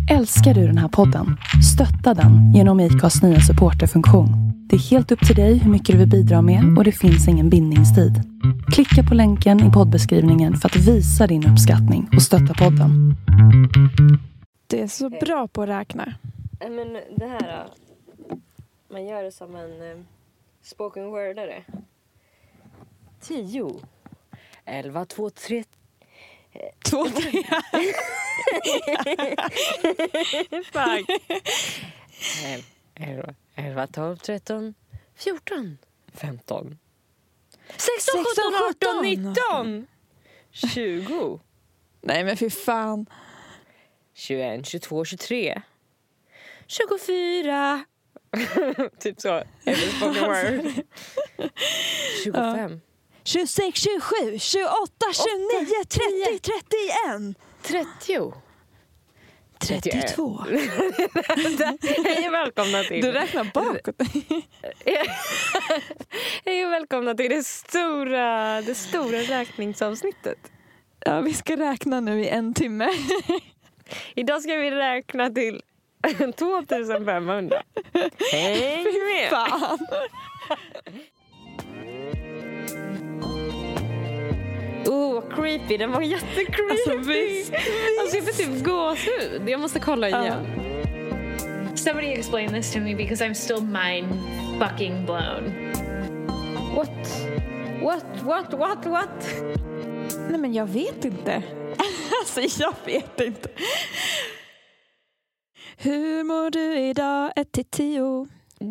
Älskar du den här podden? Stötta den genom IKAs nya supporterfunktion. Det är helt upp till dig hur mycket du vill bidra med och det finns ingen bindningstid. Klicka på länken i poddbeskrivningen för att visa din uppskattning och stötta podden. Det är så bra på att räkna. Men det här, man gör det som en spoken wordare. 10, 11, 2, 3... 2, 3. Fuck. 11, 12, 13, 14, 15, 16, 17, 18, 19, 20. Nej men fy fan. 21, 22, 23, 24. Typ så. Är det spoken word? 25. 26, 27, 28, 29, 30, 31. 30. 32. Hej och välkomna till... Du räknar bakåt. Hej och välkomna till det stora räkningsavsnittet. Ja, vi ska räkna nu i 1 timme. Idag ska vi räkna till 2500. Hej med! Fan. Vad creepy. Den var jättecreepy. Alltså visst. Alltså jag får typ gåshud. Jag måste kolla igen. Somebody explain this to me because I'm still mind fucking blown. What? Nej men jag vet inte. Alltså jag vet inte. Hur mår du idag? 1 till 10?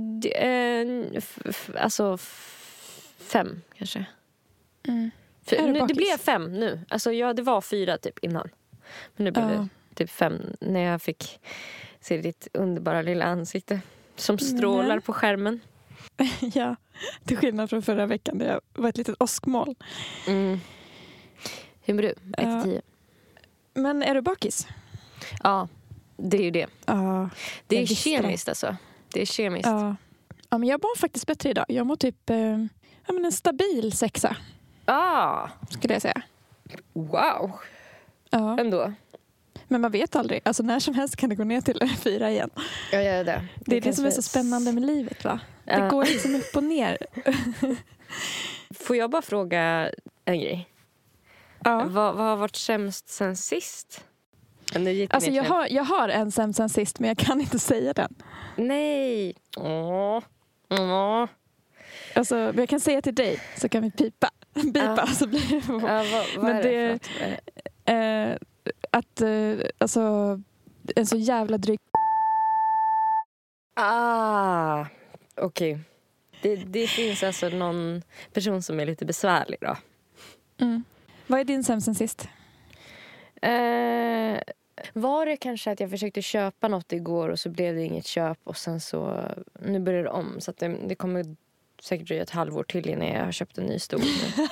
Alltså 5 kanske. Det blev 5 nu. Alltså det var 4 typ innan. Men nu blev det typ 5 när jag fick se ditt underbara lilla ansikte som strålar på skärmen. Ja, till skillnad från förra veckan där jag var ett litet åskmål. Hur mår du? 1 till 10. Men är du bakis? Ja, det är ju det. Ja, det är kemiskt alltså. Det är kemiskt. Ja, men jag mår faktiskt bättre idag. Jag mår typ en stabil 6. Skulle jag säga. Wow. Ja. Ändå. Men man vet aldrig. Alltså när som helst kan det gå ner till 4 igen. Ja, gör det. Det är det som är så spännande med livet, va? Det går liksom upp och ner. Får jag bara fråga en grej? Ja. Vad har varit sämst sen sist? Alltså jag har en sämst sen sist, men jag kan inte säga den. Nej. Alltså, men jag kan säga till dig så kan vi pipa så blir det vad men är det är att alltså en så jävla dryg. Okej. Det finns alltså någon person som är lite besvärlig då. Vad är din sämst sen sist? Var det kanske att jag försökte köpa något igår och så blev det inget köp och sen så nu börjar det om så att det kommer säkert dröja ett halvår till innan jag har köpt en ny stol.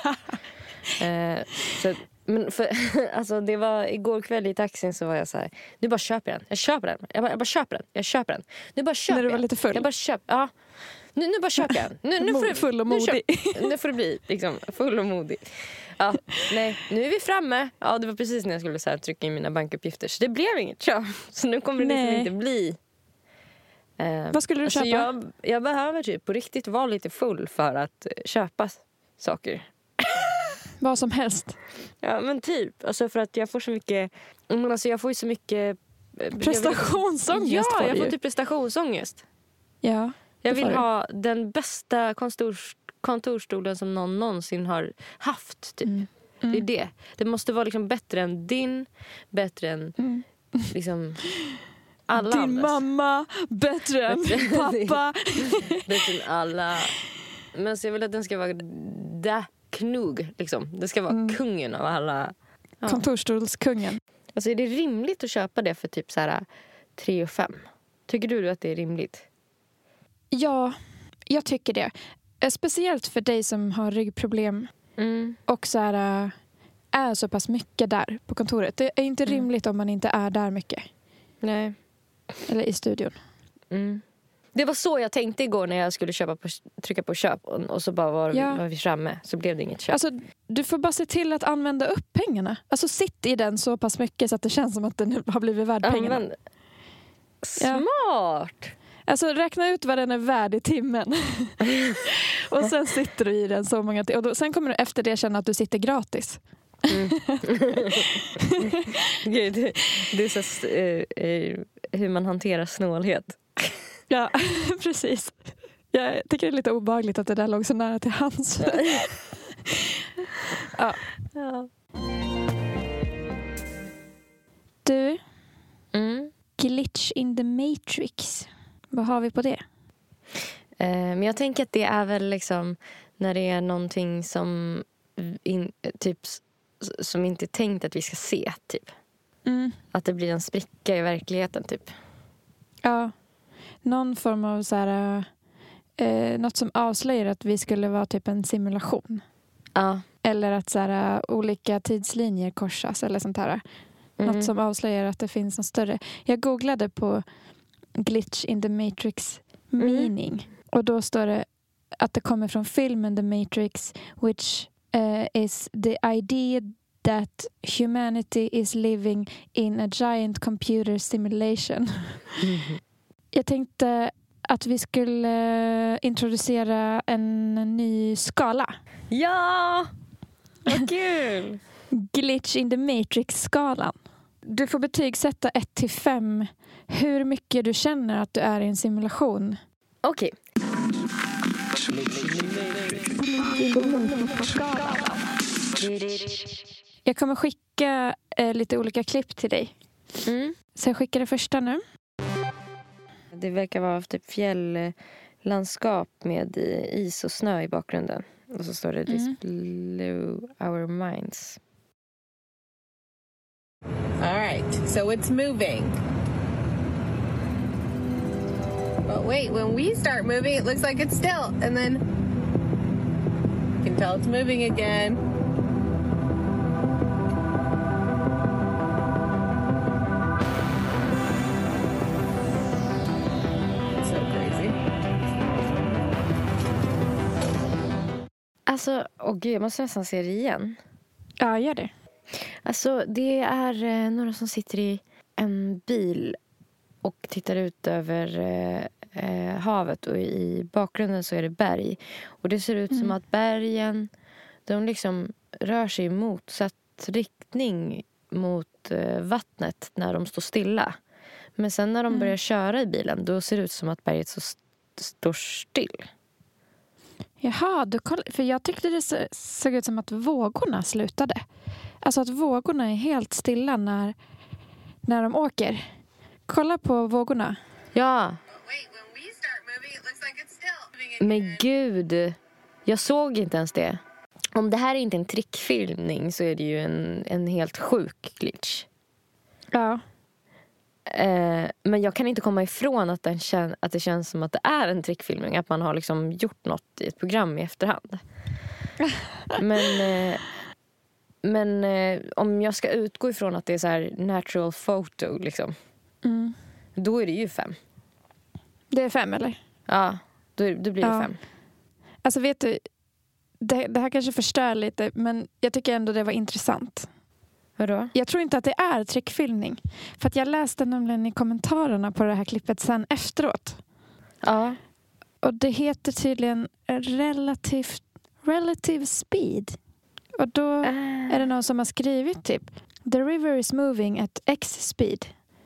Men alltså det var igår kväll i taxin så var jag så här, nu bara köper jag den. Jag köper den. Jag bara köper den. Nu bara köper jag. När du var lite full. Jag bara köper. Ja. Nu bara köper jag den. Nu får du, full och modig. Nu får det bli liksom full och modig. Ja, nej, nu är vi framme. Ja, det var precis när jag skulle så här, trycka in mina bankuppgifter. Så det blev inget köp. Så nu kommer det liksom inte bli. Vad skulle du köpa? Jag behöver typ på riktigt vara lite full för att köpa saker. Vad som helst. Ja, men typ. Alltså för att jag får så mycket... Alltså jag får ju så mycket... Prestationsångest. Ja, jag får typ prestationsångest. Ja. Jag vill ha den bästa kontorstolen som någon någonsin har haft typ. Det är det. Det måste vara liksom bättre än din, bättre än liksom alla din andras. mamma, bättre än pappa. Bättre än alla. Men så jag vill att den ska vara knog liksom. Det ska vara kungen av alla. Ja. Kontorstolskungen. Alltså är det rimligt att köpa det för typ så här 3 och 5? Tycker du att det är rimligt? Ja, jag tycker det. Speciellt för dig som har ryggproblem och så här, är så pass mycket där på kontoret. Det är inte rimligt om man inte är där mycket. Nej. Eller i studion. Det var så jag tänkte igår när jag skulle trycka på köp och så bara var vi framme så blev det inget köp. Alltså, du får bara se till att använda upp pengarna. Alltså sitt i den så pass mycket så att det känns som att den har blivit värd pengarna. Smart! Alltså räkna ut vad den är värd i timmen. Och sen sitter du i den så många timmar. Och sen kommer du efter det känna att du sitter gratis. Gud, det är så hur man hanterar snålhet. Ja, precis. Jag tycker det är lite obehagligt att det där låg så nära till hands. Ja. Du, glitch in the Matrix. Vad har vi på det? Men jag tänker att det är väl liksom när det är någonting som typ som inte är tänkt att vi ska se typ. Att det blir en spricka i verkligheten typ. Ja. Någon form av så här något som avslöjar att vi skulle vara typ en simulation. Ja. Eller att så här olika tidslinjer korsas eller sånt här. Något som avslöjar att det finns något större. Jag googlade på glitch in the Matrix meaning. Och då står det att det kommer från filmen The Matrix, which is the idea that humanity is living in a giant computer simulation. Jag tänkte att vi skulle introducera en ny skala. Ja! Vad kul! Glitch in the Matrix-skalan. Du får betygsätta 1-5 hur mycket du känner att du är i en simulation. Okej. Jag kommer skicka lite olika klipp till dig. Så jag skickar det första nu. Det verkar vara typ fjälllandskap med is och snö i bakgrunden. Och så står det This blew our minds. All right, so it's moving. But wait, when we start moving, it looks like it's still. And then you can tell it's moving again. It's so crazy. Alltså, gud, jag måste nästan se det igen. Ja, gör det. Alltså, det är några som sitter i en bil och tittar ut över havet. Och i bakgrunden så är det berg. Och det ser ut som att bergen, de liksom rör sig i motsatt riktning mot vattnet när de står stilla. Men sen när de börjar köra i bilen, då ser det ut som att berget står still. Jaha, för jag tyckte det såg ut som att vågorna slutade. Alltså att vågorna är helt stilla när de åker. Kolla på vågorna. Ja. Men gud, jag såg inte ens det. Om det här är inte en trickfilmning så är det ju en helt sjuk glitch. Ja. Men jag kan inte komma ifrån att det känns som att det är en trickfilmning. Att man har liksom gjort något i ett program i efterhand. Men om jag ska utgå ifrån att det är så här natural photo liksom, då är det ju 5. Det är 5 eller? Ja, då blir det 5. Alltså vet du, det här kanske förstör lite, men jag tycker ändå det var intressant. Vadå? Jag tror inte att det är trickfilmning. För att jag läste nämligen i kommentarerna på det här klippet sen efteråt. Ja. Och det heter tydligen relative speed. Och då är det någon som har skrivit typ The river is moving at X speed.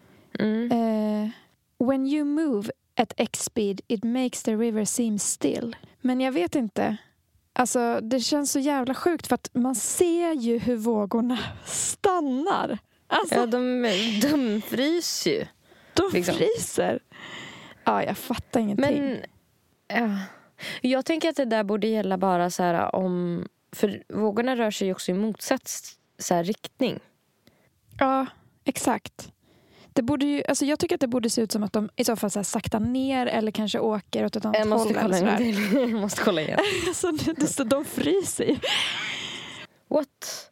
When you move at X speed it makes the river seem still. Men jag vet inte. Alltså det känns så jävla sjukt för att man ser ju hur vågorna stannar. Alltså, ja, de fryser ju. De fryser. Ja, jag fattar ingenting. Men ja, jag tänker att det där borde gälla bara så här för vågorna rör sig ju också i motsatt så här riktning. Ja, exakt. Det borde ju, alltså jag tycker att det borde se ut som att de i så fall så här saktar ner eller kanske åker åt ett annat håll. Jag måste kolla igen. Alltså, de fryser ju. What?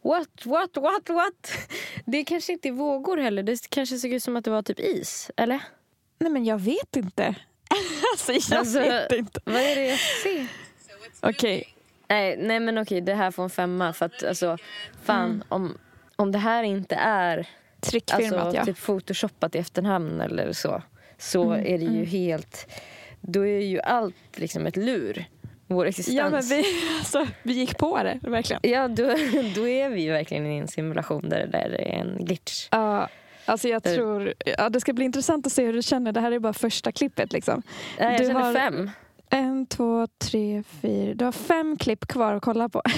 Det kanske inte är vågor heller. Det kanske ser ut som att det var typ is, eller? Nej, men jag vet inte. Jag vet inte. Vad är det jag ser? Okej. Nej, men okej, det här får en 5. För att alltså, fan, om det här inte är trickfilmat, alltså, typ photoshoppat i efterhand eller så är det ju helt, då är ju allt liksom ett lur, vår existens. Ja, men vi gick på det, verkligen. Ja, då är vi ju verkligen i en simulation där det är en glitch. Ja, alltså jag tror, det ska bli intressant att se hur du känner. Det här är bara första klippet liksom. Jag känner 5. 1, 2, 3, 4. Du har 5 klipp kvar att kolla på.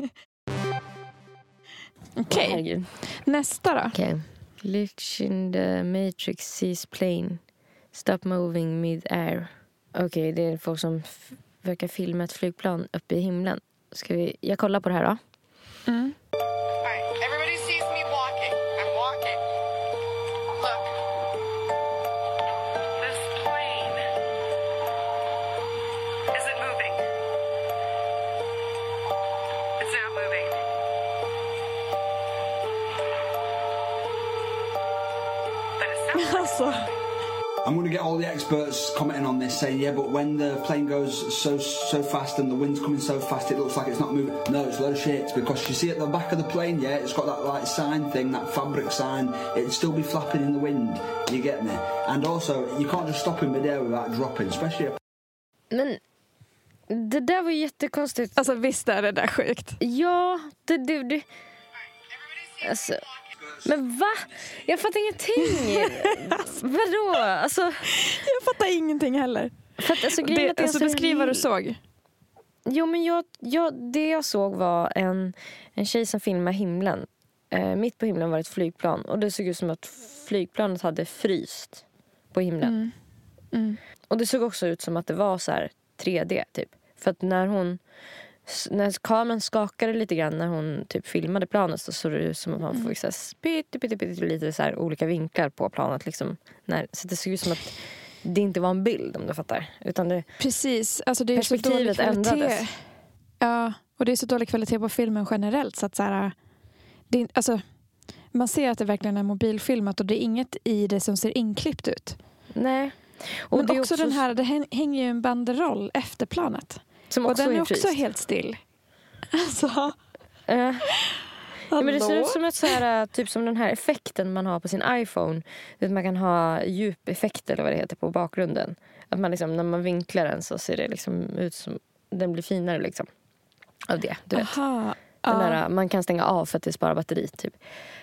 Okej. Nästa då. Okej. Glitch in the Matrix sees plane. Stop moving mid-air. Okej, det är folk som verkar filma ett flygplan uppe i himlen. Jag kollar på det här då. Mm. Everybody sees me walking. I'm walking. Look. This plane. Is it moving? It's not moving. But it sounds Alltså. I'm going to get all the experts commenting on this, saying, yeah, but when the plane goes so fast and the wind's coming so fast, it looks like it's not moving. No, it's a load of shit, because you see at the back of the plane, yeah, it's got that like sign thing, that fabric sign. It'd still be flapping in the wind. You get me? And also, you can't just stop in midair without dropping, especially. Men det där var jättekonstigt. Alltså visst är det där sjukt. Ja, det. Alltså, men va? Jag fattar ingenting. Vadå? Alltså, jag fattar ingenting heller. För att, alltså, beskriv vad du såg. Jo, men det jag såg var en tjej som filmade himlen. Mitt på himlen var ett flygplan. Och det såg ut som att flygplanet hade fryst på himlen. Och det såg också ut som att det var så här 3D typ. För att när kameran skakade lite grann när hon typ filmade planet, så såg det ut som att man får så här, lite så här olika vinklar på planet liksom. Så det såg ut som att det inte var en bild, om du fattar. Utan det, precis, alltså det är perspektivet så dålig kvalitet. ändrades. Ja, och det är så dålig kvalitet på filmen generellt, så att så här, det, alltså, man ser att det verkligen är mobilfilmat och det är inget i det som ser inklippt ut. Nej. Och men det också den här, det hänger ju en banderoll efter planet. Som också, och den är också helt still. Alltså. Ja, men det ser ut som ett så här, typ som den här effekten man har på sin iPhone. Att man kan ha djupeffekt eller vad det heter på bakgrunden. Att man liksom, när man vinklar den så ser det liksom ut som den blir finare liksom. Av det, du vet. Den där, man kan stänga av för att det sparar batteri typ.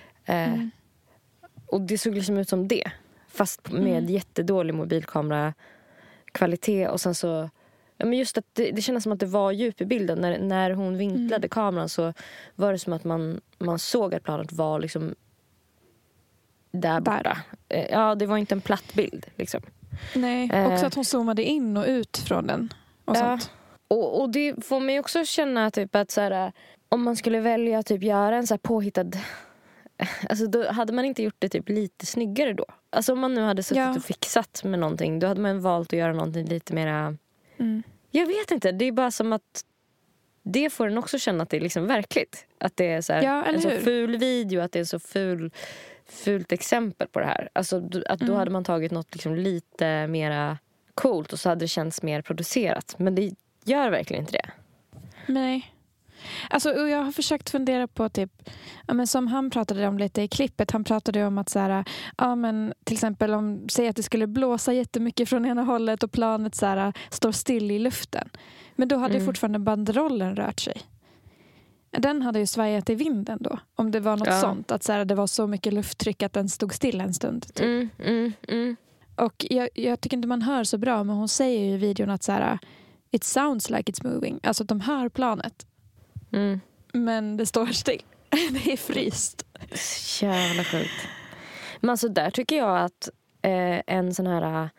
Och det såg liksom ut som det. Fast med jättedålig mobilkamera kvalitet. Och sen så, ja, men just att det kändes som att det var djup i bilden. När hon vinklade kameran så var det som att man såg att planet var liksom där borta. Ja, det var inte en platt bild liksom. Nej, också att hon zoomade in och ut från den och sånt. Och det får mig också känna typ att så här, om man skulle välja typ göra en så här påhittad, alltså då hade man inte gjort det typ lite snyggare då. Alltså om man nu hade suttit och fixat med någonting, då hade man valt att göra någonting lite mera. Jag vet inte, det är bara som att det får en också känna att det är liksom verkligt. Att det är så här, en så ful video, att det är så fult exempel på det här. Alltså att då hade man tagit något liksom lite mera coolt och så hade det känts mer producerat. Men det gör verkligen inte det. Nej. Alltså, och jag har försökt fundera på typ, ja, men som han pratade om lite i klippet, han pratade om att så här, ja, men till exempel om, säg att det skulle blåsa jättemycket från ena hållet och planet så här, står still i luften. Men då hade ju fortfarande banderollen rört sig. Den hade ju svajat i vinden då, om det var något sånt, att så här, det var så mycket lufttryck att den stod still en stund typ. Och jag tycker inte man hör så bra, men hon säger ju i videon att så här, it sounds like it's moving, alltså att de hör planet. Men det står still. Det är fryst. Jävla sjukt. Men alltså där tycker jag att en sån här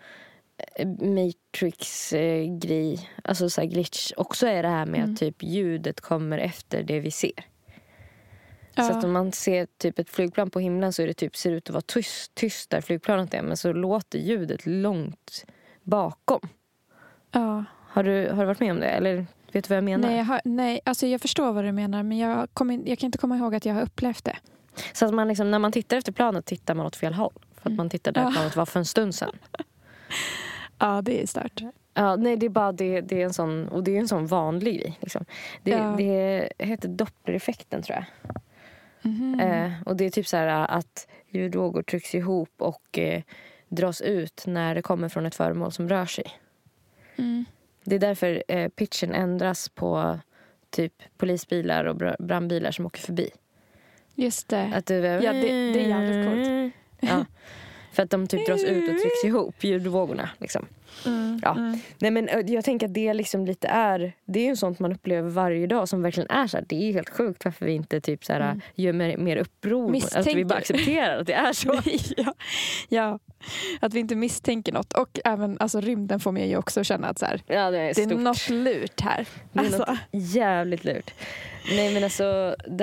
Matrix-grej, alltså så här glitch, också är det här med att typ ljudet kommer efter det vi ser. Så att om man ser typ ett flygplan på himlen så är det typ, ser ut att vara tyst där flygplanet är, men så låter ljudet långt bakom. Ja. Har du varit med om det? Eller vet du vad jag menar? Nej, alltså jag förstår vad du menar, men jag kan inte komma ihåg att jag har upplevt det. Så att man liksom, när man tittar efter planet tittar man åt fel håll. För att man tittar där planet var för en stund sedan. Ja, det är stört. Ja, nej, det är bara det är en sån, och det är en sån vanlig grej liksom. Det heter Doppler-effekten, tror jag. Och det är typ så här att ljudvågor trycks ihop och dras ut när det kommer från ett föremål som rör sig. Det är därför pitchen ändras på typ polisbilar och brandbilar som åker förbi. Just det. Att det är jävligt coolt. Ja. För att de typ dras ut och trycks ihop, ljudvågorna liksom. Nej, men jag tänker att det liksom lite det är ju sånt man upplever varje dag som verkligen är så här. Det är helt sjukt varför vi inte typ så här gör mer uppror, att vi bara accepterar att det är så. Ja, att vi inte misstänker något. Och även alltså rymden får mig ju också känna att så här, det är något lurt här. Det är något jävligt lurt. Nej, men alltså det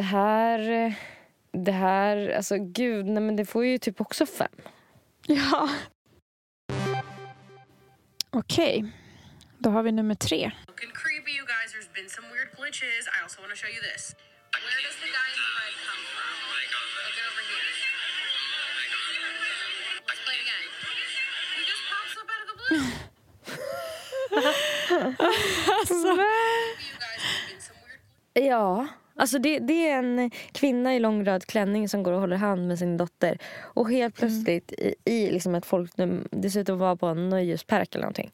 här alltså gud, nej, men det får ju typ också 5. Ja. Okej. Då har vi nummer 3. Looking creepy, you guys. There's been some weird glitches. I also want to show you this. Where does the guy in the red come from? Look over here. Let's play it again. He just pops up out of the blue. Alltså. You guys, there's been some weird glitches. Ja, alltså det är en kvinna i lång röd klänning som går och håller hand med sin dotter. Och helt plötsligt i liksom ett folknum, det ser ut att vara på en nöjespark eller någonting.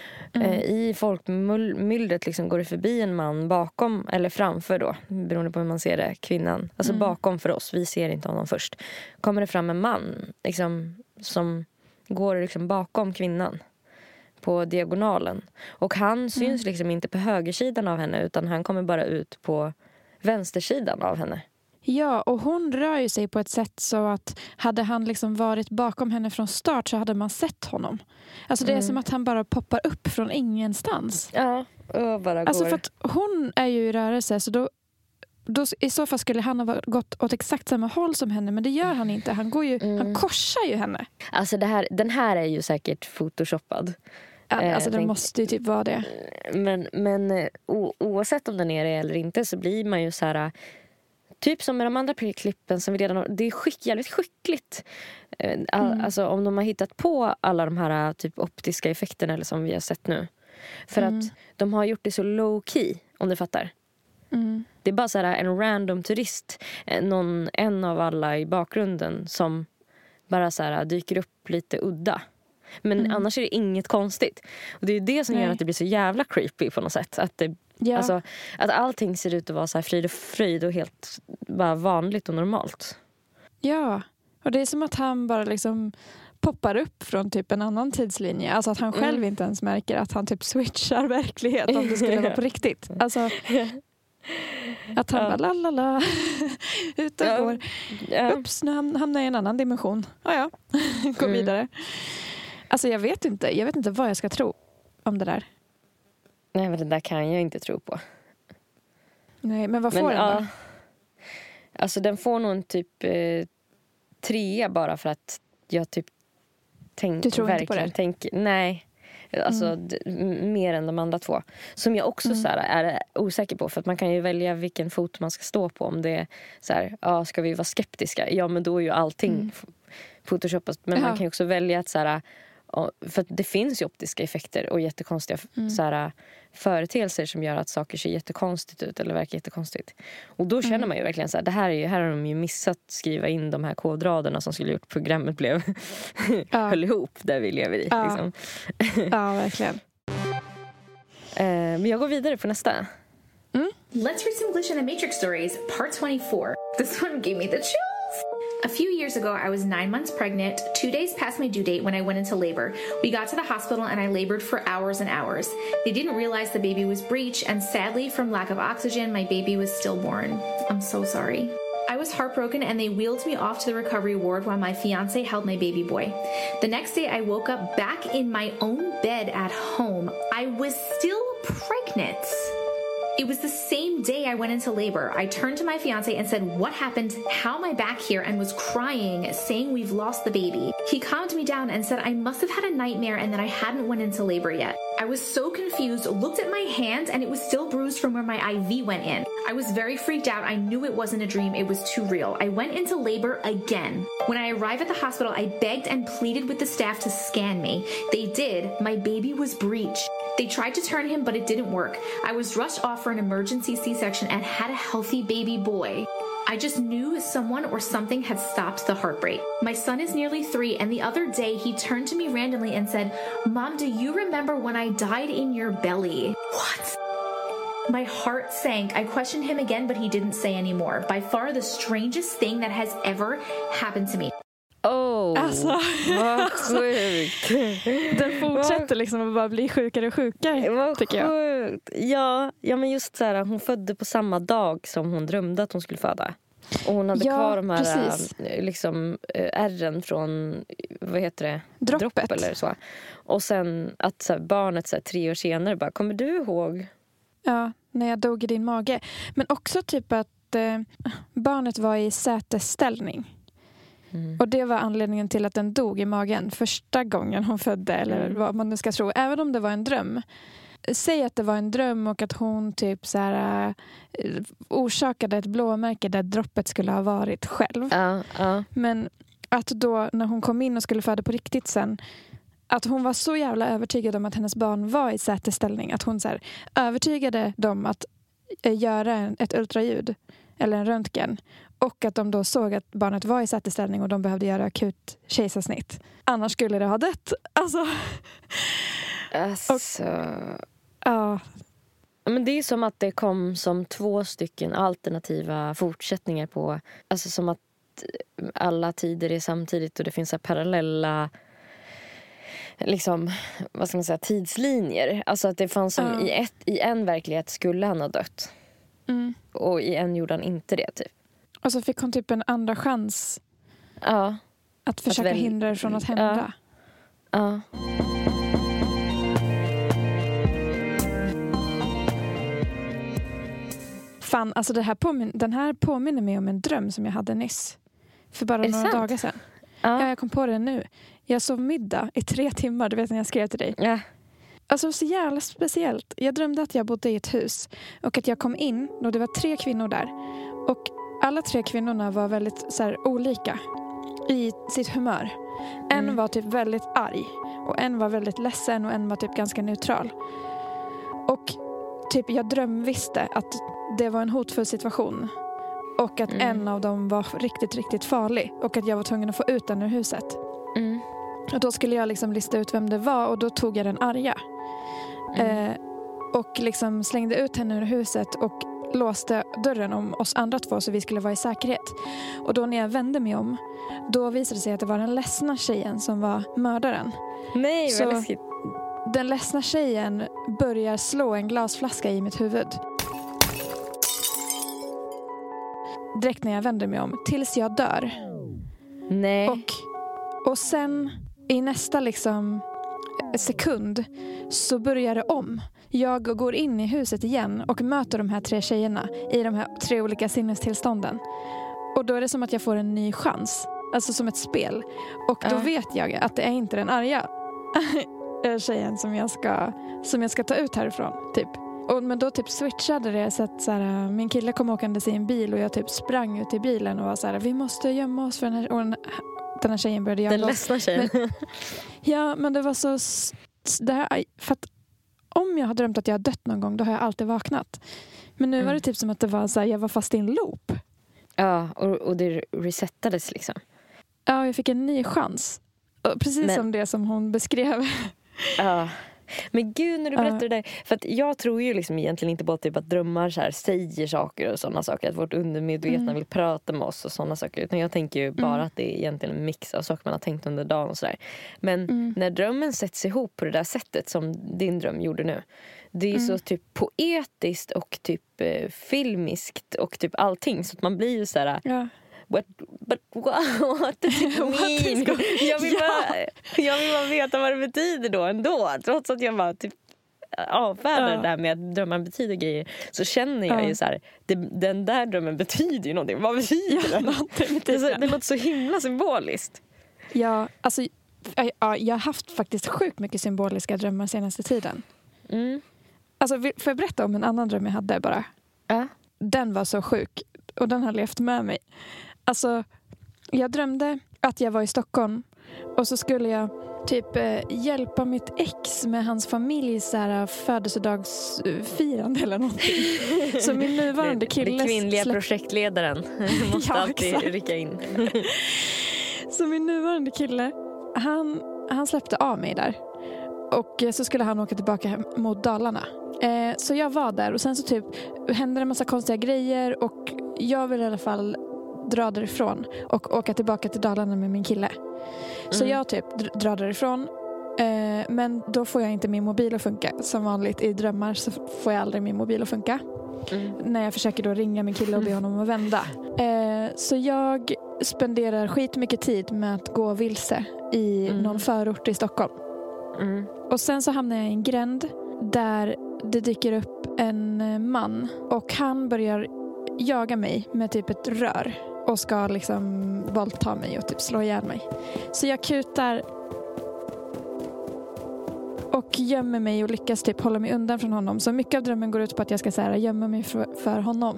I folkmyllret liksom går det förbi en man bakom eller framför då, beroende på hur man ser det, kvinnan. Alltså bakom för oss, vi ser inte honom först. Kommer det fram en man liksom, som går liksom bakom kvinnan på diagonalen. Och han syns liksom inte på högersidan av henne, utan han kommer bara ut på vänstersidan av henne. Ja, och hon rör ju sig på ett sätt så att hade han liksom varit bakom henne från start så hade man sett honom. Alltså det är som att han bara poppar upp från ingenstans. Ja, och bara går. Alltså för att hon är ju i rörelse, så då i så fall skulle han ha gått åt exakt samma håll som henne, men det gör han inte. Han går ju, han korsar ju henne. Alltså den här är ju säkert photoshoppad. Ja, alltså det måste ju typ vara det. Men oavsett om den är det eller inte så blir man ju så här, typ som med de andra klippen som vi redan har, det är jävligt skickligt. Alltså om de har hittat på alla de här typ optiska effekterna eller som vi har sett nu. För att de har gjort det så low key, om du fattar. Det är bara så här en random turist, en av alla i bakgrunden som bara så här dyker upp lite udda. Men annars är det inget konstigt. Och det är det som gör att det blir så jävla creepy på något sätt. Att alltså, att allting ser ut att vara så här frid och fröjd och helt bara vanligt och normalt. Ja, och det är som att han bara liksom poppar upp från typ en annan tidslinje. Alltså att han själv inte ens märker att han typ switchar verklighet om det skulle vara på riktigt. Alltså att han bara lalala ut och går. Ups, nu hamnar jag i en annan dimension. Gå vidare. Alltså jag vet inte vad jag ska tro om det där. Nej, men det där kan jag inte tro på. Nej, men vad får den då? Alltså den får nog en typ 3 bara för att jag typ tänker. Du tror verkligen inte på det? Nej. Alltså mer än de andra 2. Som jag också så här, är osäker på. För att man kan ju välja vilken fot man ska stå på. Om det är så här, ska vi vara skeptiska? Ja, men då är ju allting photoshopat. Men man kan ju också välja att så här, för att det finns ju optiska effekter och jättekonstiga så här, företeelser som gör att saker ser jättekonstigt ut eller verkar jättekonstigt. Och då känner man ju verkligen så här, här har de ju missat skriva in de här kodraderna som skulle gjort programmet blev höll ihop där vi lever i. Liksom. Ja, verkligen. Men jag går vidare på nästa. Let's read some Glitch in the Matrix stories, part 24. This one gave me the chills. A few years ago, I was 9 months pregnant, 2 days past my due date when I went into labor. We got to the hospital and I labored for hours and hours. They didn't realize the baby was breech, and sadly, from lack of oxygen, my baby was stillborn. I'm so sorry. I was heartbroken and they wheeled me off to the recovery ward while my fiance held my baby boy. The next day, I woke up back in my own bed at home. I was still pregnant. It was the same day I went into labor. I turned to my fiance and said, "What happened? How am I back here?" and was crying, saying we've lost the baby. He calmed me down and said I must have had a nightmare and that I hadn't went into labor yet. I was so confused, looked at my hand, and it was still bruised from where my IV went in. I was very freaked out. I knew it wasn't a dream. It was too real. I went into labor again. When I arrived at the hospital, I begged and pleaded with the staff to scan me. They did. My baby was breech. They tried to turn him, but it didn't work. I was rushed off for an emergency C-section and had a healthy baby boy. I just knew someone or something had stopped the heartbreak. My son is nearly 3, and the other day he turned to me randomly and said, "Mom, do you remember when I died in your belly?" What? My heart sank. I questioned him again, but he didn't say anymore. By far the strangest thing that has ever happened to me. Alltså, vad sjukt. Den fortsätter liksom att bara bli sjukare och sjukare, tycker jag. Ja, men just så här, hon födde på samma dag som hon drömde att hon skulle föda. Och hon hade kvar de här liksom, ärren från, vad heter det? Droppet. Eller så. Och sen att så här, barnet så här, 3 år senare bara, kommer du ihåg? Ja, när jag dog i din mage. Men också typ att barnet var i sätesställning. Och det var anledningen till att den dog i magen första gången hon födde, eller vad man nu ska tro. Även om det var en dröm. Säg att det var en dröm och att hon typ så här, orsakade ett blåmärke där droppet skulle ha varit själv. Men att då när hon kom in och skulle föda på riktigt sen, att hon var så jävla övertygad om att hennes barn var i sätesställning. Att hon så här, övertygade dem att göra ett ultraljud eller en röntgen. Och att de då såg att barnet var i sätesställning och de behövde göra akut kejsarsnitt. Annars skulle det ha dött. Alltså. Ja. Men det är som att det kom som 2 stycken alternativa fortsättningar på. Alltså som att alla tider är samtidigt och det finns så parallella liksom, vad ska man säga, tidslinjer. Alltså att det fanns som i en verklighet skulle han ha dött. Och i en gjorde han inte det typ. Och så fick hon typ en andra chans. Att försöka hindra det från att hända. Fan, alltså den här påminner mig om en dröm som jag hade nyss. För bara några dagar sedan. Ja, jag kom på det nu. Jag sov middag i 3 timmar, du vet när jag skrev till dig. Alltså så jävla speciellt. Jag drömde att jag bodde i ett hus. Och att jag kom in och det var 3 kvinnor där. Och alla 3 kvinnorna var väldigt så här, olika i sitt humör. En var typ väldigt arg. Och en var väldigt ledsen och en var typ ganska neutral. Och typ jag drömvisste att det var en hotfull situation. Och att en av dem var riktigt, riktigt farlig. Och att jag var tvungen att få ut den ur huset. Och då skulle jag liksom lista ut vem det var. Och då tog jag den arga. Och liksom slängde ut henne ur huset. Och låste dörren om oss andra 2 så vi skulle vara i säkerhet. Och då när jag vände mig om, då visade det sig att det var den ledsna tjejen som var mördaren. Nej, så vad läskigt. Den ledsna tjejen börjar slå en glasflaska i mitt huvud. Direkt när jag vänder mig om, tills jag dör. Nej. Och sen i nästa liksom sekund så börjar det om. Jag går in i huset igen och möter de här 3 tjejerna i de här 3 olika sinnestillstånden. Och då är det som att jag får en ny chans. Alltså som ett spel. Och då vet jag att det är inte den arga tjejen som jag ska ta ut härifrån. Typ. Men då typ switchade det så att så här, min kille kom åkandes i en bil och jag typ sprang ut i bilen och var så här, vi måste gömma oss för den här... Och den här tjejen började jaga oss. Den ledsna tjejen. Men det var så... Det här, för att om jag har drömt att jag har dött någon gång, då har jag alltid vaknat. Men nu var det typ som att det var så här, jag var fast i en loop. Ja, och det resettades liksom. Ja, jag fick en ny chans. Precis som det som hon beskrev. Ja. Men gud, när du berättar det där. För att jag tror ju liksom egentligen inte på typ att drömmar så här säger saker och sådana saker. Att vårt undermedvetna vill prata med oss och sådana saker. Utan jag tänker ju bara att det är egentligen en mix av saker man har tänkt under dagen och sådär. Men när drömmen sätts ihop på det där sättet som din dröm gjorde nu. Det är så typ poetiskt och typ filmiskt och typ allting. Så att man blir ju så här... Ja. What does it mean? Jag vill bara veta vad det betyder då ändå. Trots att jag bara typ avfärdar det där med att drömmen betyder grejer, så känner jag ju så här, den där drömmen betyder ju någonting. Vad betyder den? Det låter så himla symboliskt. Ja, alltså jag har haft faktiskt sjukt mycket symboliska drömmar senaste tiden. Alltså, får jag berätta om en annan dröm jag hade bara? Den var så sjuk och den har levt med mig. Alltså, jag drömde att jag var i Stockholm och så skulle jag typ hjälpa mitt ex med hans familj så här födelsedagsfirande eller någonting. Så min nuvarande kille... Det kvinnliga projektledaren måste alltid rycka in. Så min nuvarande kille, han släppte av mig där. Och så skulle han åka tillbaka mot Dalarna. Så jag var där och sen så typ hände det en massa konstiga grejer och jag vill i alla fall dra därifrån och åka tillbaka till Dalarna med min kille. Så jag typ drar därifrån. Men då får jag inte min mobil att funka. Som vanligt i drömmar så får jag aldrig min mobil att funka. När jag försöker då ringa min kille och be honom att vända. Så jag spenderar skitmycket tid med att gå vilse i någon förort i Stockholm. Och sen så hamnar jag i en gränd där det dyker upp en man och han börjar jaga mig med typ ett rör och ska liksom våldta mig och typ slå ihjäl mig. Så jag kutar och gömmer mig och lyckas typ hålla mig undan från honom. Så mycket av drömmen går ut på att jag ska så här, gömma mig för honom.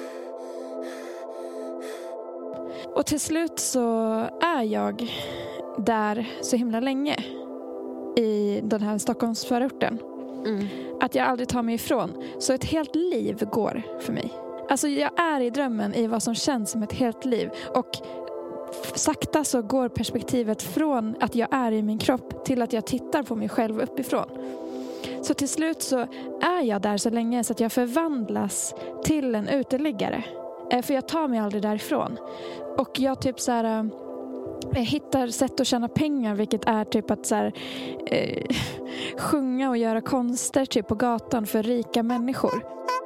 Och till slut så är jag där så himla länge i den här Stockholmsförorten. Att jag aldrig tar mig ifrån. Så ett helt liv går för mig. Alltså jag är i drömmen i vad som känns som ett helt liv. Och sakta så går perspektivet från att jag är i min kropp till att jag tittar på mig själv uppifrån. Så till slut så är jag där så länge så att jag förvandlas till en uteliggare. För jag tar mig aldrig därifrån. Och jag typ så här... Jag hittar sätt att tjäna pengar, vilket är typ att så här, sjunga och göra konster typ på gatan för rika människor.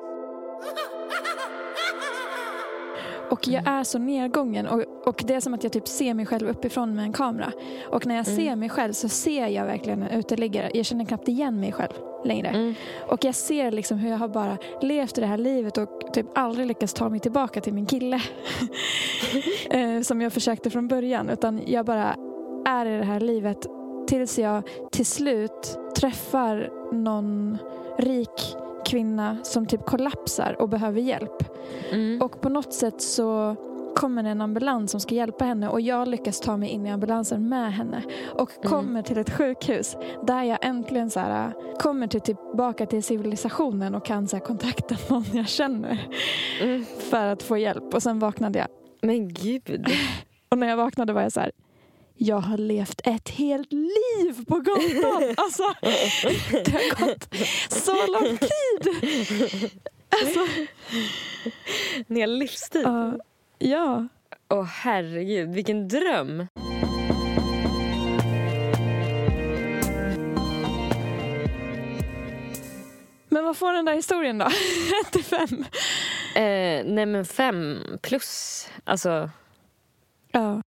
Och jag är så nedgången och det är som att jag typ ser mig själv uppifrån med en kamera. Och när jag ser mig själv så ser jag verkligen en uteliggare. Jag känner knappt igen mig själv längre. Och jag ser liksom hur jag har bara levt i det här livet och typ aldrig lyckats ta mig tillbaka till min kille. Som jag försökte från början. Utan jag bara är i det här livet tills jag till slut träffar någon rik kvinna som typ kollapsar och behöver hjälp. Och på något sätt så kommer en ambulans som ska hjälpa henne och jag lyckas ta mig in i ambulansen med henne och kommer till ett sjukhus där jag äntligen så här, kommer tillbaka till civilisationen och kan så här, kontakta någon jag känner för att få hjälp. Och sen vaknade jag. Men gud. Och när jag vaknade var jag så här: jag har levt ett helt liv på gatan. Alltså, det har gått så lång tid. Alltså. En hel livstid. Ja. Åh herregud, vilken dröm. Men vad får den där historien då? 1-5? Nej men 5+. Alltså. Ja.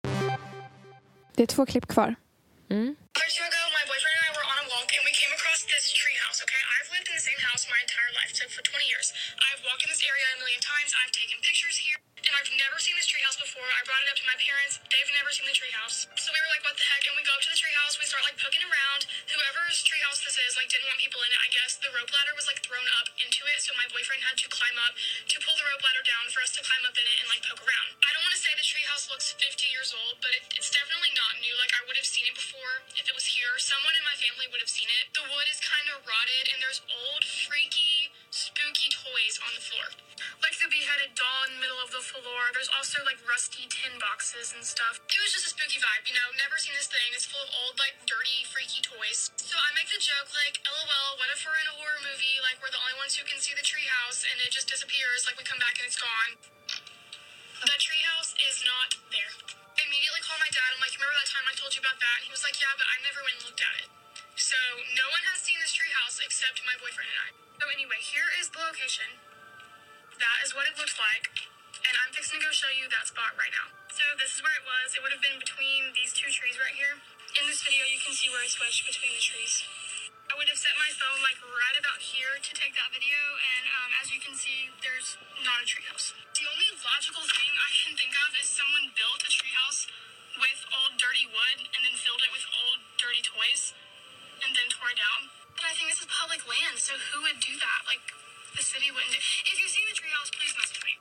Det är 2 klipp kvar. Years ago, my boyfriend and I were on a walk and we came across this tree house, okay? I've lived in the same house my entire life, so for 20 years. I've walked in this area a million times, I've taken pictures here, and I've never seen this tree house before. I brought it up to my parents, they've never seen the tree house. So we were like, what the heck? And we go up to the tree house, we start like poking around. Whoever's tree house this is, like didn't want people in it, I guess. The rope ladder was like thrown up into it, so my boyfriend had to climb up to pull the rope ladder down for us to climb up in it and like poke around. I don't want to say the tree house looks 50 years old, but it's definitely not new. Like I would have seen it before if it was here. Someone in my family would have seen it. The wood is kind of rotted and there's old, freaky, spooky toys on the floor. Like the beheaded doll in the middle of the floor. There's also like rusty tin boxes and stuff. It was just a spooky vibe, you know, never seen this thing. It's full of old, like dirty, freaky toys. So I make the joke like, LOL, what if we're in a horror movie, like we're the only ones who can see the treehouse and it just disappears, like we come back and it's gone. The treehouse is not there. I immediately called my dad. I'm like, remember that time I told you about that? And he was like, yeah, but I never went and looked at it. So no one has seen this treehouse except my boyfriend and I. So anyway, here is the location. That is what it looks like. And I'm fixing to go show you that spot right now. So this is where it was. It would have been between these 2 trees right here. In this video, you can see where I switched between the trees. I would have set my phone like right about here to take that video. And as you can see, there's not a treehouse. The only logical thing I can think of is someone built a treehouse with old dirty wood and then filled it with old dirty toys and then tore it down. But I think this is public land, so who would do that? Like, the city wouldn't do. If you see the treehouse, please message me.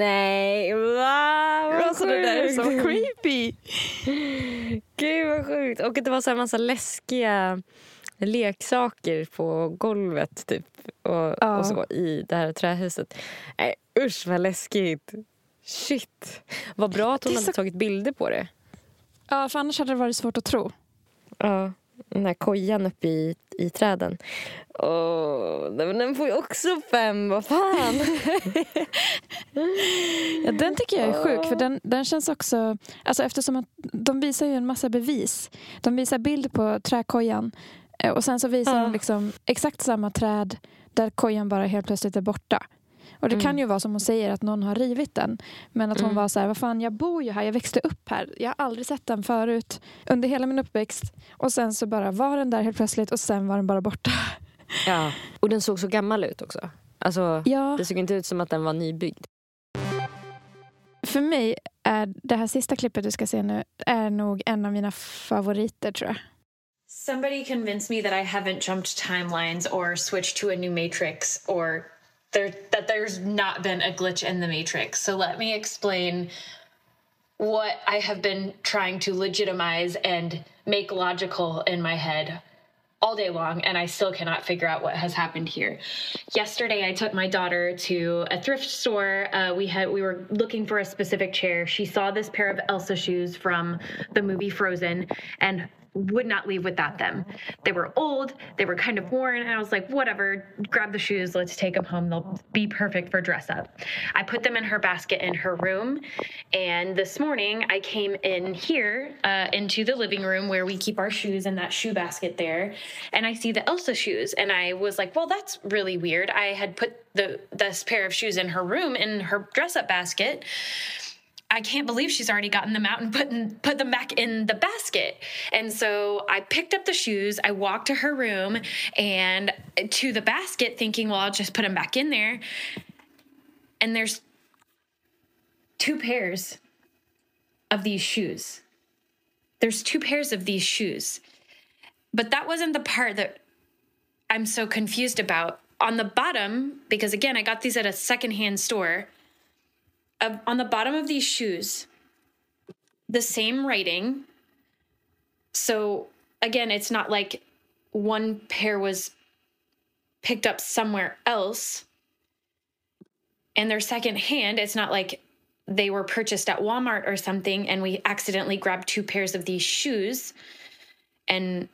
Nej, wow, alltså det där är så creepy. Gud vad sjukt. konstigt. Och det var så här massa läskiga leksaker på golvet typ. Och så i det här trähuset. Nej, usch vad läskigt. Shit. Vad bra att hon hade tagit bilder på det. Ja, för annars hade det varit svårt att tro. Ja, den här kojan uppe i träden. Den får ju också 5, vad fan. Ja, den tycker jag är sjuk. För den känns också... Alltså eftersom att de visar ju en massa bevis. De visar bild på träkojan. Och sen så visar de liksom exakt samma träd där kojan bara helt plötsligt är borta. Och det kan ju vara som hon säger att någon har rivit den. Men att hon var så här, vad fan, jag bor ju här, jag växte upp här. Jag har aldrig sett den förut under hela min uppväxt. Och sen så bara var den där helt plötsligt och sen var den bara borta. Ja, och den såg så gammal ut också. Alltså, det såg inte ut som att den var nybyggd. För mig är det här sista klippet du ska se nu är nog en av mina favoriter, tror jag. Somebody convinced me that I haven't jumped timelines or switched to a new matrix or that there's not been a glitch in the matrix. So let me explain what I have been trying to legitimize and make logical in my head all day long, and I still cannot figure out what has happened here. Yesterday, I took my daughter to a thrift store. We were looking for a specific chair. She saw this pair of Elsa shoes from the movie Frozen and would not leave without them. They were old, they were kind of worn, and I was like, whatever, grab the shoes, let's take them home. They'll be perfect for dress up. I put them in her basket in her room, and this morning I came in here into the living room where we keep our shoes in that shoe basket there, and I see the Elsa shoes, and I was like, well, that's really weird. I had put this pair of shoes in her room in her dress-up basket. I can't believe she's already gotten them out and put them back in the basket. And so I picked up the shoes, I walked to her room and to the basket thinking, well, I'll just put them back in there. And there's 2 pairs of these shoes. There's 2 pairs of these shoes. But that wasn't the part that I'm so confused about. On the bottom, because again, I got these at a secondhand store, on the bottom of these shoes, the same writing. So again, it's not like one pair was picked up somewhere else and they're secondhand. It's not like they were purchased at Walmart or something and we accidentally grabbed 2 pairs of these shoes. And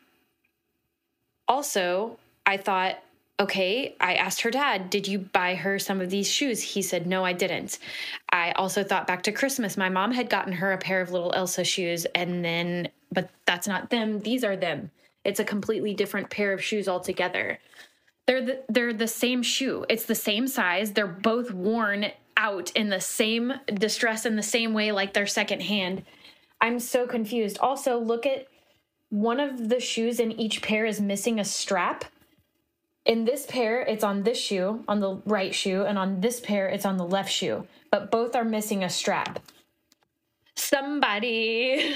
also, I thought, okay, I asked her dad, did you buy her some of these shoes? He said, no, I didn't. I also thought back to Christmas. My mom had gotten her a pair of little Elsa shoes but that's not them. These are them. It's a completely different pair of shoes altogether. They're the same shoe. It's the same size. They're both worn out in the same distress in the same way like they're secondhand. I'm so confused. Also, look at one of the shoes in each pair is missing a strap. In this pair, it's on this shoe, on the right shoe, and on this pair, it's on the left shoe. But both are missing a strap. Somebody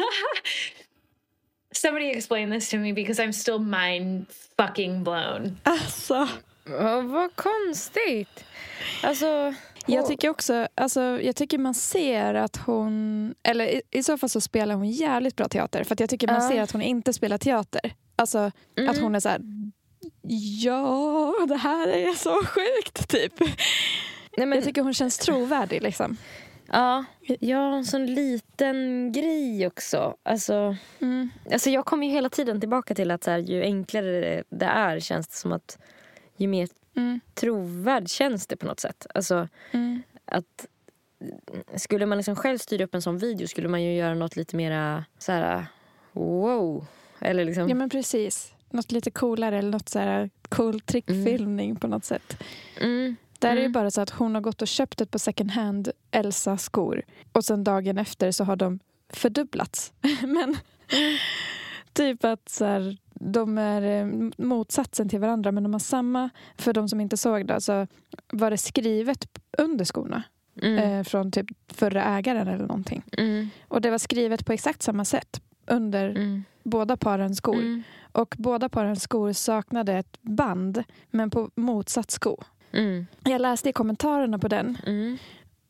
explain this to me because I'm still mind fucking blown. Alltså. Vad konstigt. Alltså... Jag tycker också, jag tycker man ser att hon, eller i så fall så spelar hon jävligt bra teater. För att jag tycker man ser att hon inte spelar teater. Alltså att hon är så här, ja, det här är så sjukt typ. Nej, men jag tycker hon känns trovärdig liksom. Ja, en sån liten grej också. Alltså jag kommer ju hela tiden tillbaka till att så här, ju enklare det är känns det som att ju mer trovärd känns det på något sätt. Alltså att skulle man liksom själv styra upp en sån video skulle man ju göra något lite mera så här wow eller liksom. Ja men precis. Något lite coolare eller något så här cool trickfilmning på något sätt. Där är ju bara så att hon har gått och köpt ett på second hand Elsa-skor. Och sen dagen efter så har de fördubblats. Men typ att så här, de är motsatsen till varandra. Men de har samma, för de som inte såg det, så var det skrivet under skorna. Från typ förra ägaren eller någonting. Och det var skrivet på exakt samma sätt under båda parens skor. Och båda parens skor saknade ett band, men på motsatt sko. Jag läste i kommentarerna på den.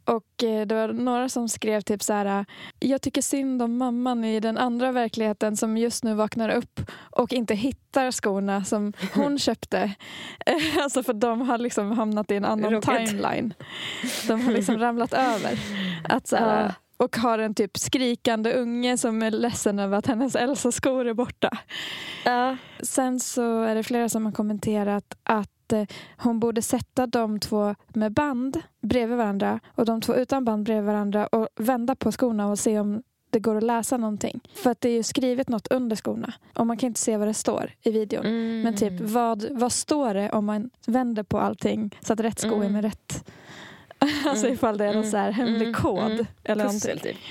Och det var några som skrev typ så här: jag tycker synd om mamman i den andra verkligheten som just nu vaknar upp och inte hittar skorna som hon köpte. Alltså för de har liksom hamnat i en annan timeline. De har liksom ramlat över. Att så här, och har en typ skrikande unge som är ledsen över att hennes Elsa-skor är borta. Sen så är det flera som har kommenterat att hon borde sätta de två med band bredvid varandra och de två utan band bredvid varandra och vända på skorna och se om det går att läsa någonting. För att det är ju skrivet något under skorna och man kan inte se vad det står i videon. Men typ vad står det om man vänder på allting så att rätt sko är med rätt. Alltså ifall det är någon så här hemlig kod eller någonting. Typ.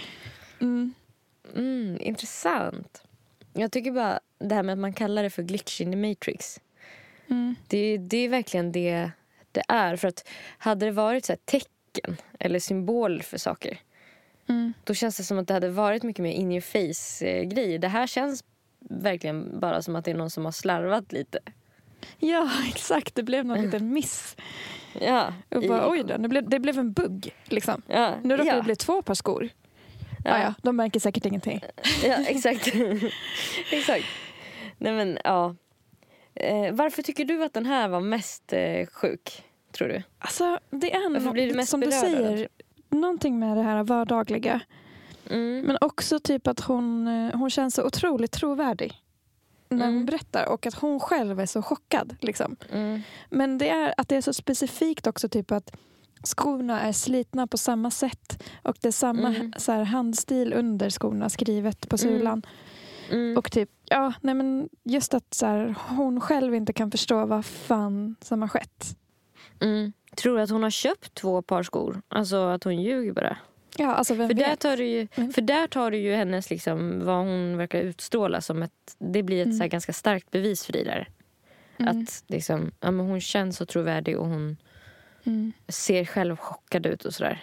Intressant. Jag tycker bara det här med att man kallar det för glitch in the Matrix. Det är verkligen det är. För att hade det varit så här tecken eller symbol för saker, då känns det som att det hade varit mycket mer in your face-grej. Det här känns verkligen bara som att det är någon som har slarvat lite. Ja, exakt. Det blev någon liten miss. Ja. Och bara, oj då, det blev en bugg. Liksom. Ja, nu råkade det bli 2 par skor. Ja, de märker säkert ingenting. Ja, exakt. Exakt. Nej, men, ja. Varför tycker du att den här var mest sjuk, tror du? Alltså, det är varför blir det mest som berörd? Du säger, någonting med det här vardagliga. Men också typ att hon känns så otroligt trovärdig när hon berättar. Och att hon själv är så chockad. Liksom. Men det är att det är så specifikt också typ att skorna är slitna på samma sätt. Och det är samma så här, handstil under skorna skrivet på sulan. Och typ, men just att så här, hon själv inte kan förstå vad fan som har skett. Tror du att hon har köpt 2 par skor? Alltså att hon ljuger bara? Ja, alltså vem vet? För där tar du ju hennes liksom, vad hon verkar utstråla som det blir ett så här ganska starkt bevis för dig där. Att liksom, men hon känns så trovärdig och hon ser själv chockad ut och sådär.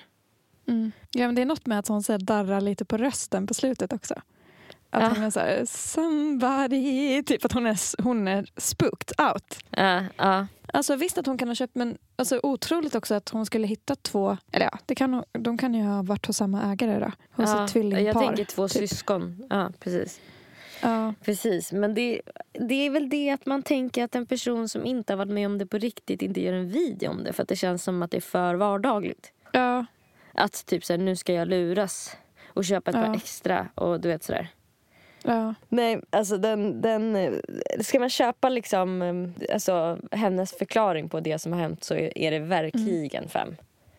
Ja, men det är något med att hon så här, darrar lite på rösten på slutet också. Att hon är så här, somebody, typ att hon är spooked out. Alltså visst att hon kan ha köpt, men alltså otroligt också att hon skulle hitta 2, eller de kan ju ha varit hos samma ägare då. Hos ett tvillingpar. Jag tänker 2 syskon. Ja, precis. Precis, men det är väl det att man tänker att en person som inte har varit med om det på riktigt inte gör en video om det, för att det känns som att det är för vardagligt. Ja. Att typ så här, nu ska jag luras och köpa ett par extra och du vet sådär. Ja. Nej, alltså den ska man köpa liksom, alltså hennes förklaring på det som har hänt, så är det verkligen 5.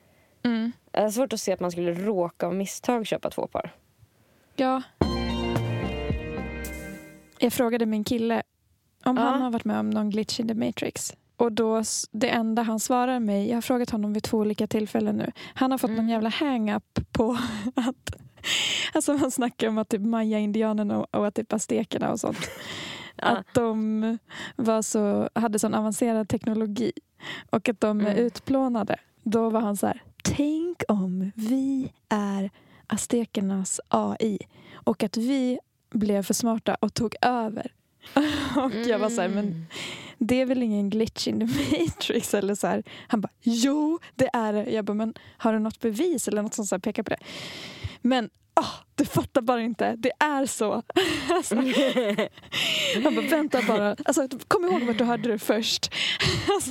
Det är svårt att se att man skulle råka av misstag köpa 2 par. Ja. Jag frågade min kille om han har varit med om någon glitch in the Matrix. Och då, det enda han svarar mig, jag har frågat honom vid 2 olika tillfällen nu. Han har fått någon jävla hang-up på att, alltså man snackar om att typ Maya-indianerna och att typ aztekerna och sånt. Att de hade sån avancerad teknologi. Och att de är utplånade. Då var han så här, tänk om vi är aztekernas AI. Och att vi blev för smarta och tog över. Och jag var så här, men det är väl ingen glitch in the Matrix eller så här. Han bara, jo det är det. Jag bara, men har du något bevis eller något som så här pekar på det? Men du fattar bara inte. Det är så. Alltså, han bara, vänta bara. Alltså, kom ihåg vart du hörde det först. Alltså,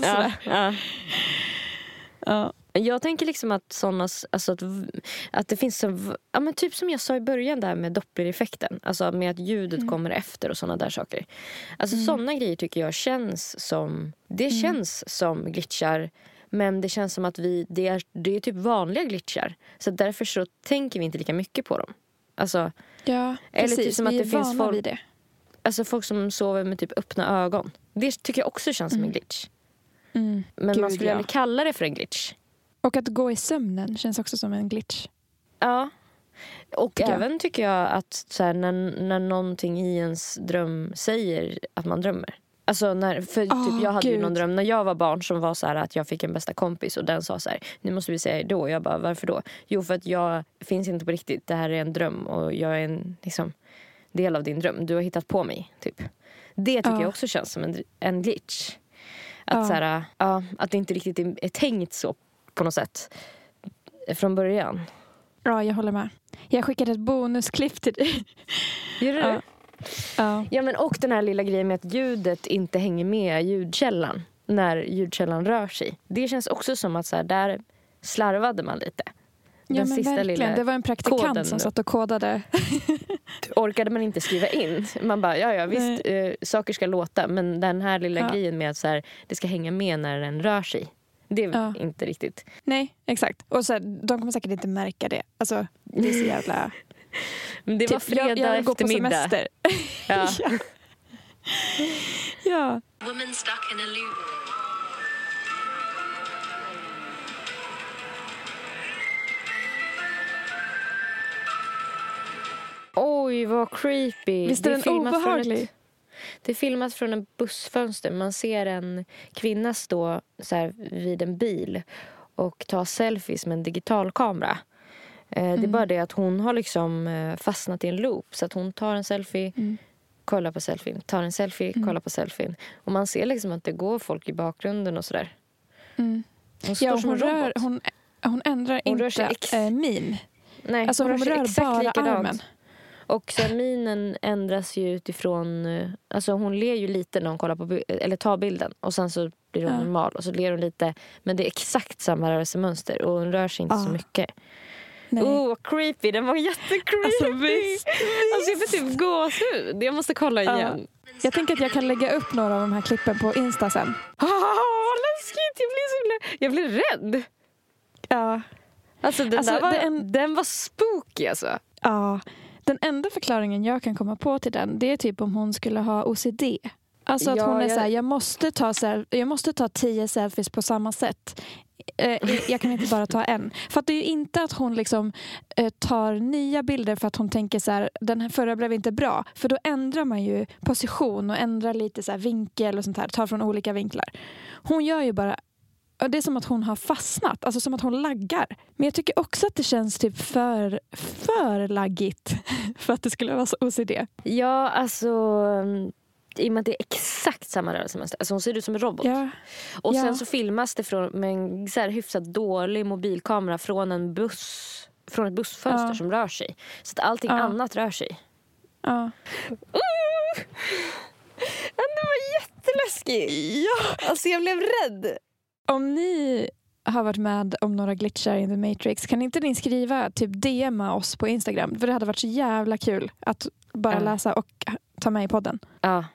ja. Jag tänker liksom att sådana, alltså att det finns så, men typ som jag sa i början där med Doppler-effekten, alltså med att ljudet kommer efter och sådana där saker. Alltså sådana grejer tycker jag känns som, det känns som glitchar, men det känns som att det är typ vanliga glitchar. Så därför så tänker vi inte lika mycket på dem. Alltså, ja, eller precis. Typ som vi att det finns folk, vid det. Alltså folk som sover med typ öppna ögon. Det tycker jag också känns som en glitch. Men man skulle aldrig kalla det för en glitch. Och att gå i sömnen känns också som en glitch. Ja. Och även tycker jag att så här, när någonting i ens dröm säger att man drömmer. Alltså typ jag hade ju någon dröm när jag var barn som var så här att jag fick en bästa kompis och den sa så här, nu måste vi säga då. Jag bara, varför då? Jo, för att jag finns inte på riktigt. Det här är en dröm och jag är en liksom del av din dröm. Du har hittat på mig, typ. Det tycker jag också känns som en glitch. Att så här, att det inte riktigt är tänkt så på något sätt. från början. Ja, jag håller med. Jag skickade ett bonusklipp till dig. Gör du? Ja. Ja, men och den här lilla grejen med att ljudet inte hänger med ljudkällan när ljudkällan rör sig. Det känns också som att så här, där slarvade man lite. Den Ja, men sista verkligen. lilla det var en praktikant koden som satt och kodade. orkade man inte skriva in. Man bara, ja visst, saker ska låta. Men den här lilla grejen med att så här, det ska hänga med när den rör sig. Det är inte riktigt. Nej, exakt. Och så här, de kommer säkert inte märka det. Alltså, det är så jävla... Men det var fredag jag går på eftermiddag. semester. Ja. Ja. Woman stuck in a loop. Oj, vad creepy. Visst är den obehaglig? Det är filmat från en bussfönster. Man ser en kvinna stå så här vid en bil och ta selfies med en digitalkamera. Det är bara det att hon har liksom fastnat i en loop. Så att hon tar en selfie, kollar på selfien. Tar en selfie, kollar på selfien. Och man ser liksom att det går folk i bakgrunden och sådär. Hon står som en robot. Hon ändrar hon inte min. Nej, alltså hon rör bara likadant. armen. Och sen minen ändras ju utifrån... Alltså hon ler ju lite när hon kollar på eller tar bilden. Och sen så blir hon normal. Och så ler hon lite. Men det är exakt samma rörelsemönster. Och hon rör sig inte så mycket. Vad creepy. Den var jättecreepy. Alltså visst. Alltså jag får typ gåshud. Jag måste kolla igen. Jag tänker att jag kan lägga upp några av de här klippen på Insta sen. Vad läskigt. Jag blev rädd. Ja. Alltså den var spooky alltså. Ja. Den enda förklaringen jag kan komma på till den, det är typ om hon skulle ha OCD. Alltså att hon är så här, jag måste ta 10 selfies på samma sätt. Jag kan inte bara ta en. För att det är ju inte att hon liksom tar nya bilder för att hon tänker så här, den här förra blev inte bra. För då ändrar man ju position och ändrar lite så här vinkel och sånt här. Tar från olika vinklar. Hon gör ju bara... Det är som att hon har fastnat. Alltså som att hon laggar. Men jag tycker också att det känns typ för laggigt. För att det skulle vara så OCD. Ja, alltså... I och med att det är exakt samma rörelsemönster. Alltså hon ser ut som en robot. Ja. Och sen så filmas det med en så här hyfsat dålig mobilkamera från ett bussfönster som rör sig. Så att allting annat rör sig. Ja. Det var jätteläskigt. Ja. Alltså jag blev rädd. Om ni har varit med om några glitchar in the Matrix, kan inte ni skriva, typ DMa oss på Instagram? För det hade varit så jävla kul att bara läsa och ta med i podden. Ja.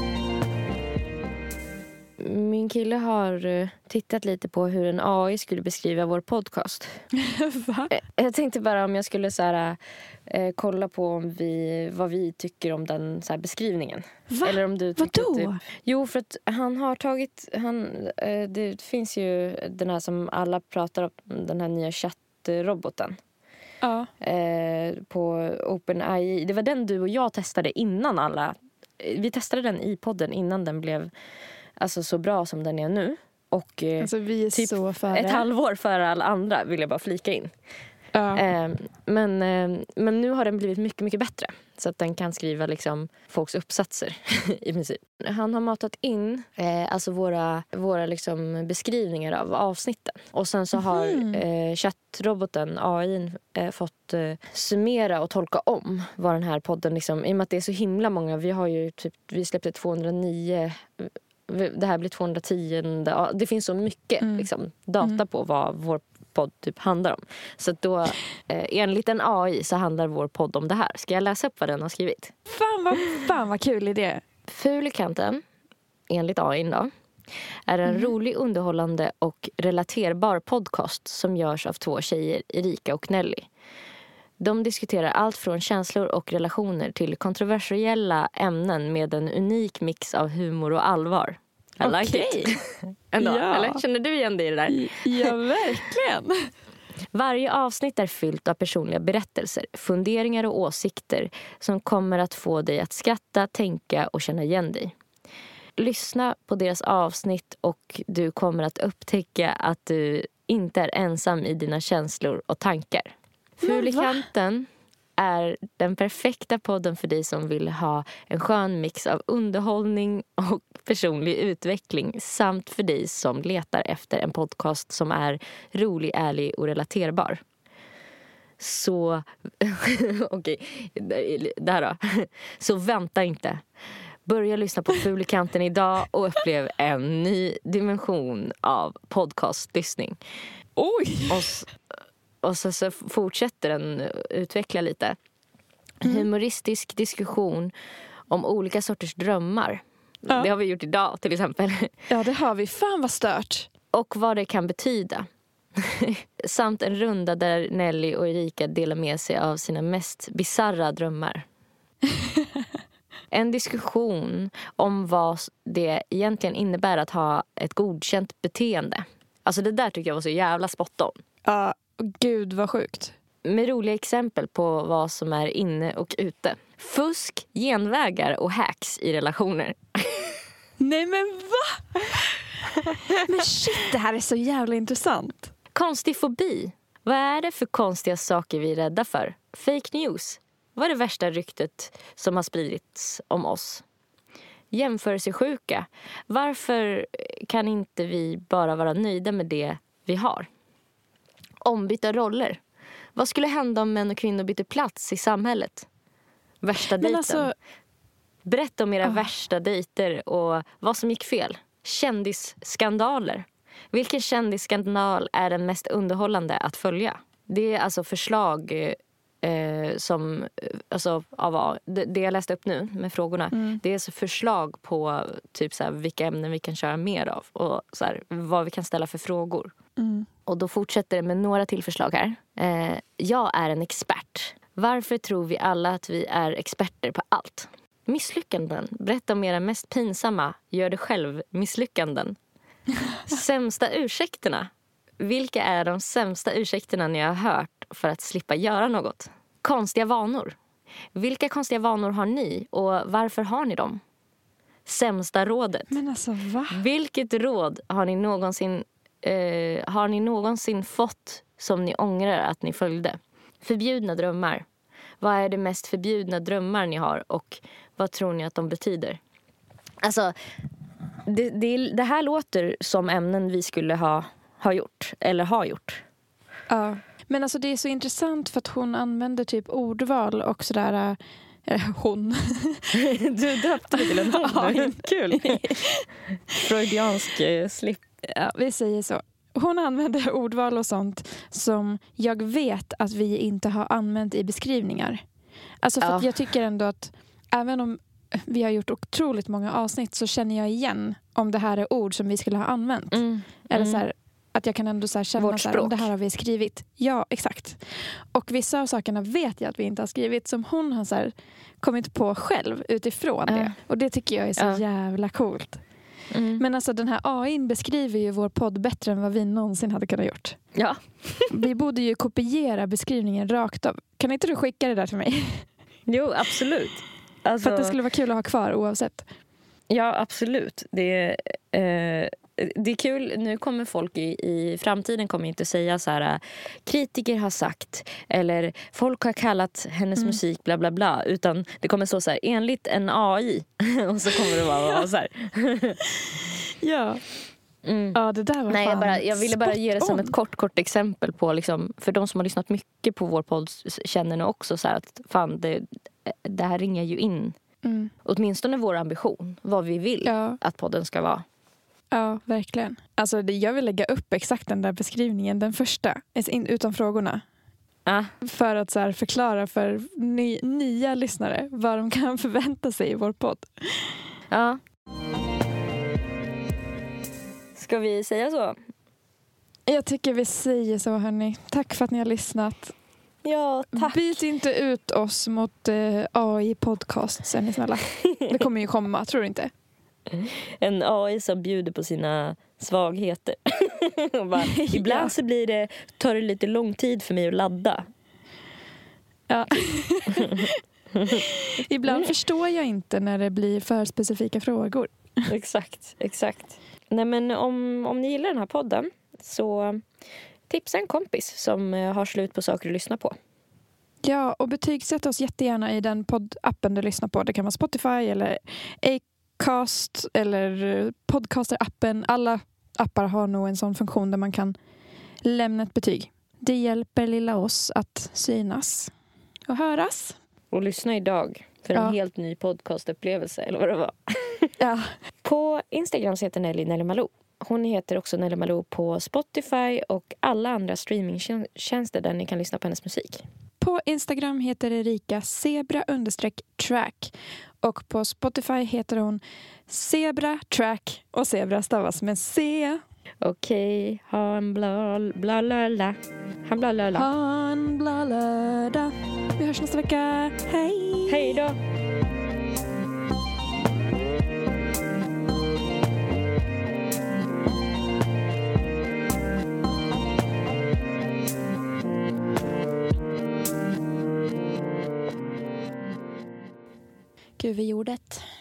Min kille har tittat lite på hur en AI skulle beskriva vår podcast. Va? Jag tänkte bara om jag skulle så här, kolla på vad vi tycker om den så här, beskrivningen. Va? Eller om du tycker Vadå? typ, jo, för att han har tagit... det finns ju den här som alla pratar om, den här nya chattroboten. Ja. På OpenAI. Det var den du och jag testade innan alla... Vi testade den i podden innan den blev alltså så bra som den är nu. Och alltså, vi är typ så före. ett halvår före alla andra, vill jag bara flika in. Ja. Men nu har den blivit mycket, mycket bättre. Så att den kan skriva liksom folks uppsatser i princip. Han har matat in alltså våra liksom beskrivningar av avsnitten. Och sen så har chattroboten AI fått summera och tolka om vad den här podden liksom, i och med att det är så himla många. Vi släppte 209, det här blir 210. Det finns så mycket liksom, data på vad vår podd typ handlar om. Så att då, enligt en AI så handlar vår podd om det här. Ska jag läsa upp vad den har skrivit? Fan vad kul idé. Ful i kanten, enligt AI då, är en rolig, underhållande och relaterbar podcast som görs av 2 tjejer, Erika och Nelly. De diskuterar allt från känslor och relationer till kontroversiella ämnen med en unik mix av humor och allvar. I like it. Ändå, Ja. eller? Känner du igen dig i det där? Ja, verkligen. Varje avsnitt är fyllt av personliga berättelser, funderingar och åsikter som kommer att få dig att skratta, tänka och känna igen dig. Lyssna på deras avsnitt och du kommer att upptäcka att du inte är ensam i dina känslor och tankar. Ful i kanten är den perfekta podden för dig som vill ha en skön mix av underhållning och personlig utveckling, samt för dig som letar efter en podcast som är rolig, ärlig och relaterbar. Så okej, det här då. Så vänta inte. Börja lyssna på Fulikanten idag och upplev en ny dimension av podcastlyssning. Oj! Och så fortsätter den utveckla lite. Humoristisk diskussion om olika sorters drömmar. Ja. Det har vi gjort idag till exempel. Ja, det har vi. Fan vad stört. Och vad det kan betyda. Samt en runda där Nelly och Erika delar med sig av sina mest bizarra drömmar. En diskussion om vad det egentligen innebär att ha ett godkänt beteende. Alltså det där tycker jag var så jävla spot on. Ja, gud vad sjukt. Med roliga exempel på vad som är inne och ute. Fusk, genvägar och hacks i relationer. Nej men va? Men shit, det här är så jävla intressant. Konstig fobi. Vad är det för konstiga saker vi är rädda för? Fake news. Vad är det värsta ryktet som har spridits om oss? Jämförelsesjuka. Varför kan inte vi bara vara nöjda med det vi har? Ombytta roller. Vad skulle hända om män och kvinnor bytte plats i samhället? Värsta dejten. Alltså... Berätta om era värsta dejter och vad som gick fel. Kändisskandaler. Vilken kändisskandal är den mest underhållande att följa? Det är alltså förslag som, alltså, av det jag läste upp nu med frågorna. Det är alltså förslag på typ så här, vilka ämnen vi kan köra mer av. Och så här, vad vi kan ställa för frågor. Och då fortsätter det med några till förslag här. Jag är en expert. Varför tror vi alla att vi är experter på allt? Misslyckanden. Berätta om era mest pinsamma, gör det själv misslyckanden. Sämsta ursäkterna. Vilka är de sämsta ursäkterna ni har hört för att slippa göra något? Konstiga vanor. Vilka konstiga vanor har ni och varför har ni dem? Sämsta rådet. Men alltså va? Vilket råd har ni någonsin fått som ni ångrar att ni följde? Förbjudna drömmar. Vad är det mest förbjudna drömmar ni har och vad tror ni att de betyder? Alltså, det här låter som ämnen vi skulle ha gjort eller har gjort. Ja, men alltså det är så intressant för att hon använder typ ordval och sådär. Hon. Du döpte det till en hon. Ja, kul. Freudiansk slip. Ja, vi säger så. Hon använder ordval och sånt som jag vet att vi inte har använt i beskrivningar. Alltså för att jag tycker ändå att även om vi har gjort otroligt många avsnitt så känner jag igen om det här är ord som vi skulle ha använt. Eller så här, att jag kan ändå så här känna så här, om det här har vi skrivit. Ja, exakt. Och vissa av sakerna vet jag att vi inte har skrivit som hon har så här kommit på själv utifrån det. Och det tycker jag är så jävla coolt. Men alltså den här AI:n beskriver ju vår podd bättre än vad vi någonsin hade kunnat gjort. Ja. Vi borde ju kopiera beskrivningen rakt av. Kan inte du skicka det där till mig? Jo, absolut. Alltså... För att det skulle vara kul att ha kvar oavsett. Ja, absolut. Det är kul. Nu kommer folk i framtiden kommer inte säga så här kritiker har sagt eller folk har kallat hennes musik bla bla bla, utan det kommer så här enligt en AI och så kommer det vara så här. Ja. Ja, det där var Nej, jag ville bara ge det som ett kort exempel på liksom, för de som har lyssnat mycket på vår podd känner nog också så här att fan det här ringer ju in. Åtminstone vår ambition, vad vi vill att podden ska vara. Ja, verkligen. Alltså jag vill lägga upp exakt den där beskrivningen, den första, utan frågorna. För att så här förklara för nya lyssnare vad de kan förvänta sig i vår podd. Ja. Ska vi säga så? Jag tycker vi säger så, hörni. Tack för att ni har lyssnat. Ja, tack. Byt inte ut oss mot AI-podcast, är ni snälla. Det kommer ju komma, tror du inte? En AI som bjuder på sina svagheter. Bara, ibland så tar det lite lång tid för mig att ladda. Ja. Ibland förstår jag inte när det blir för specifika frågor. Exakt. Nej, men om ni gillar den här podden så tipsa en kompis som har slut på saker att lyssna på. Ja, och betygsätt oss jättegärna i den poddappen du lyssnar på. Det kan vara Spotify eller Acast eller Podcaster-appen. Alla appar har nog en sån funktion där man kan lämna ett betyg. Det hjälper lilla oss att synas och höras. Och lyssna idag för en helt ny podcastupplevelse, eller vad det var. Ja. På Instagram heter Nelly Malou. Hon heter också Nelly Malou på Spotify och alla andra streamingtjänster där ni kan lyssna på hennes musik. På Instagram heter Erika Zebra_track och på Spotify heter hon Zebra Track och Zebra stavas med C. Okej, ha en bla bla la la. Ha en bla la la. Vi hörs nästa vecka. Hej! Hej då! Gud, vi gjorde det.